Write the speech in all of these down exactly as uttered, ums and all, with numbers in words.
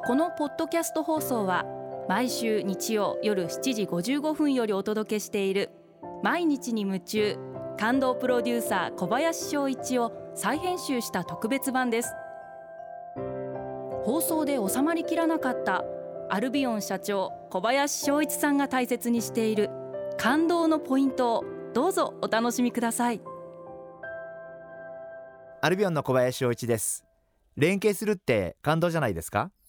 このポッドキャスト放送は毎週日曜夜しちじごじゅうごふんよりお届けしている毎日に夢中感動プロデューサー小林翔一を再編集した特別版です。放送で収まりきらなかったアルビオン社長小林翔一さんが大切にしている感動のポイントをどうぞお楽しみください。 アルビオンの小林翔一です。連携するって感動じゃないですか？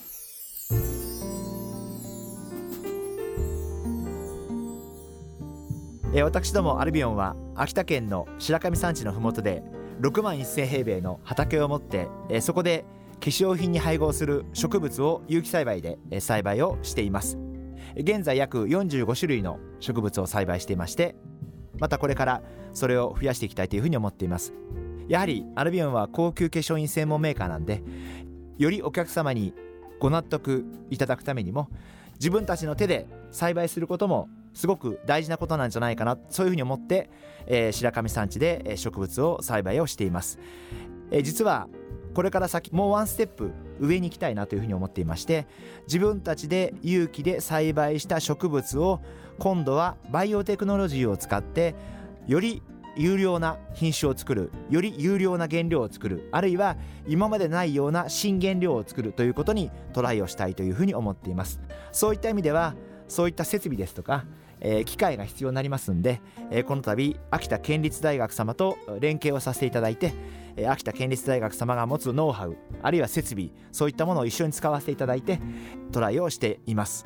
え私どもアルビオンは秋田県の白神山地のふもとでろくまんせんへいべいの畑を持って、えそこで化粧品に配合する植物を有機栽培で栽培をしています。現在約よんじゅうごしゅるいの植物を栽培していまして、またこれからそれを増やしていきたいというふうに思っています。やはりアルビオンは高級化粧品専門メーカーなんで、よりお客様にご納得いただくためにも自分たちの手で栽培することもすごく大事なことなんじゃないかな、そういうふうに思って、えー、白神山地で植物を栽培をしています。えー、実はこれから先もうワンステップ上に行きたいなというふうに思っていまして、自分たちで有機で栽培した植物を今度はバイオテクノロジーを使ってより優良な品種を作る、より優良な原料を作る、あるいは今までないような新原料を作るということにトライをしたいというふうに思っています。そういった意味ではそういった設備ですとか、えー、機械が必要になりますんで、えー、この度秋田県立大学様と連携をさせていただいて、えー、秋田県立大学様が持つノウハウ、あるいは設備、そういったものを一緒に使わせていただいてトライをしています。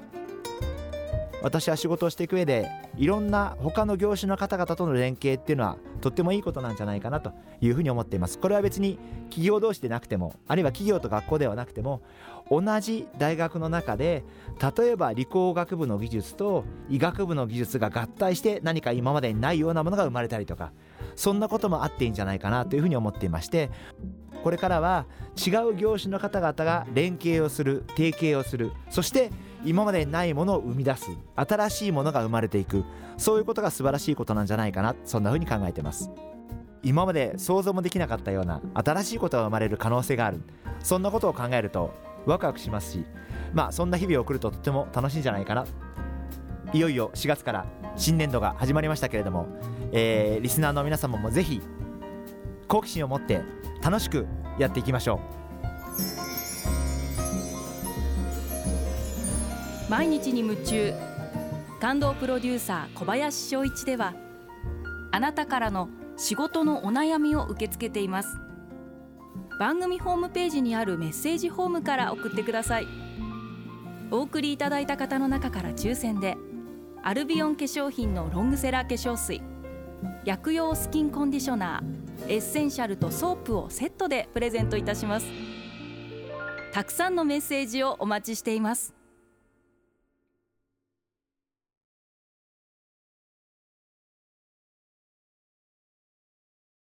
私は仕事をしていく上でいろんな他の業種の方々との連携っていうのはとってもいいことなんじゃないかなというふうに思っています。これは別に企業同士でなくても、あるいは企業と学校ではなくても、同じ大学の中で例えば理工学部の技術と医学部の技術が合体して何か今までにないようなものが生まれたりとか、そんなこともあっていいんじゃないかなというふうに思っていまして、これからは違う業種の方々が連携をする、提携をする、そして今までにないものを生み出す、新しいものが生まれていく、そういうことが素晴らしいことなんじゃないかな、そんなふうに考えています。今まで想像もできなかったような新しいことが生まれる可能性がある、そんなことを考えるとワクワクしますし、まあそんな日々を送るととても楽しいんじゃないかな。いよいよしがつから新年度が始まりましたけれども、えー、リスナーの皆様もぜひ好奇心を持って楽しくやっていきましょう。 毎日に夢中感動プロデューサー小林翔一では、あなたからの仕事のお悩みを受け付けています。番組ホームページにあるメッセージフォームから送ってください。お送りいただいた方の中から抽選でアルビオン化粧品のロングセラー化粧水、薬用スキンコンディショナー、エッセンシャルとソープをセットでプレゼントいたします。たくさんのメッセージをお待ちしています。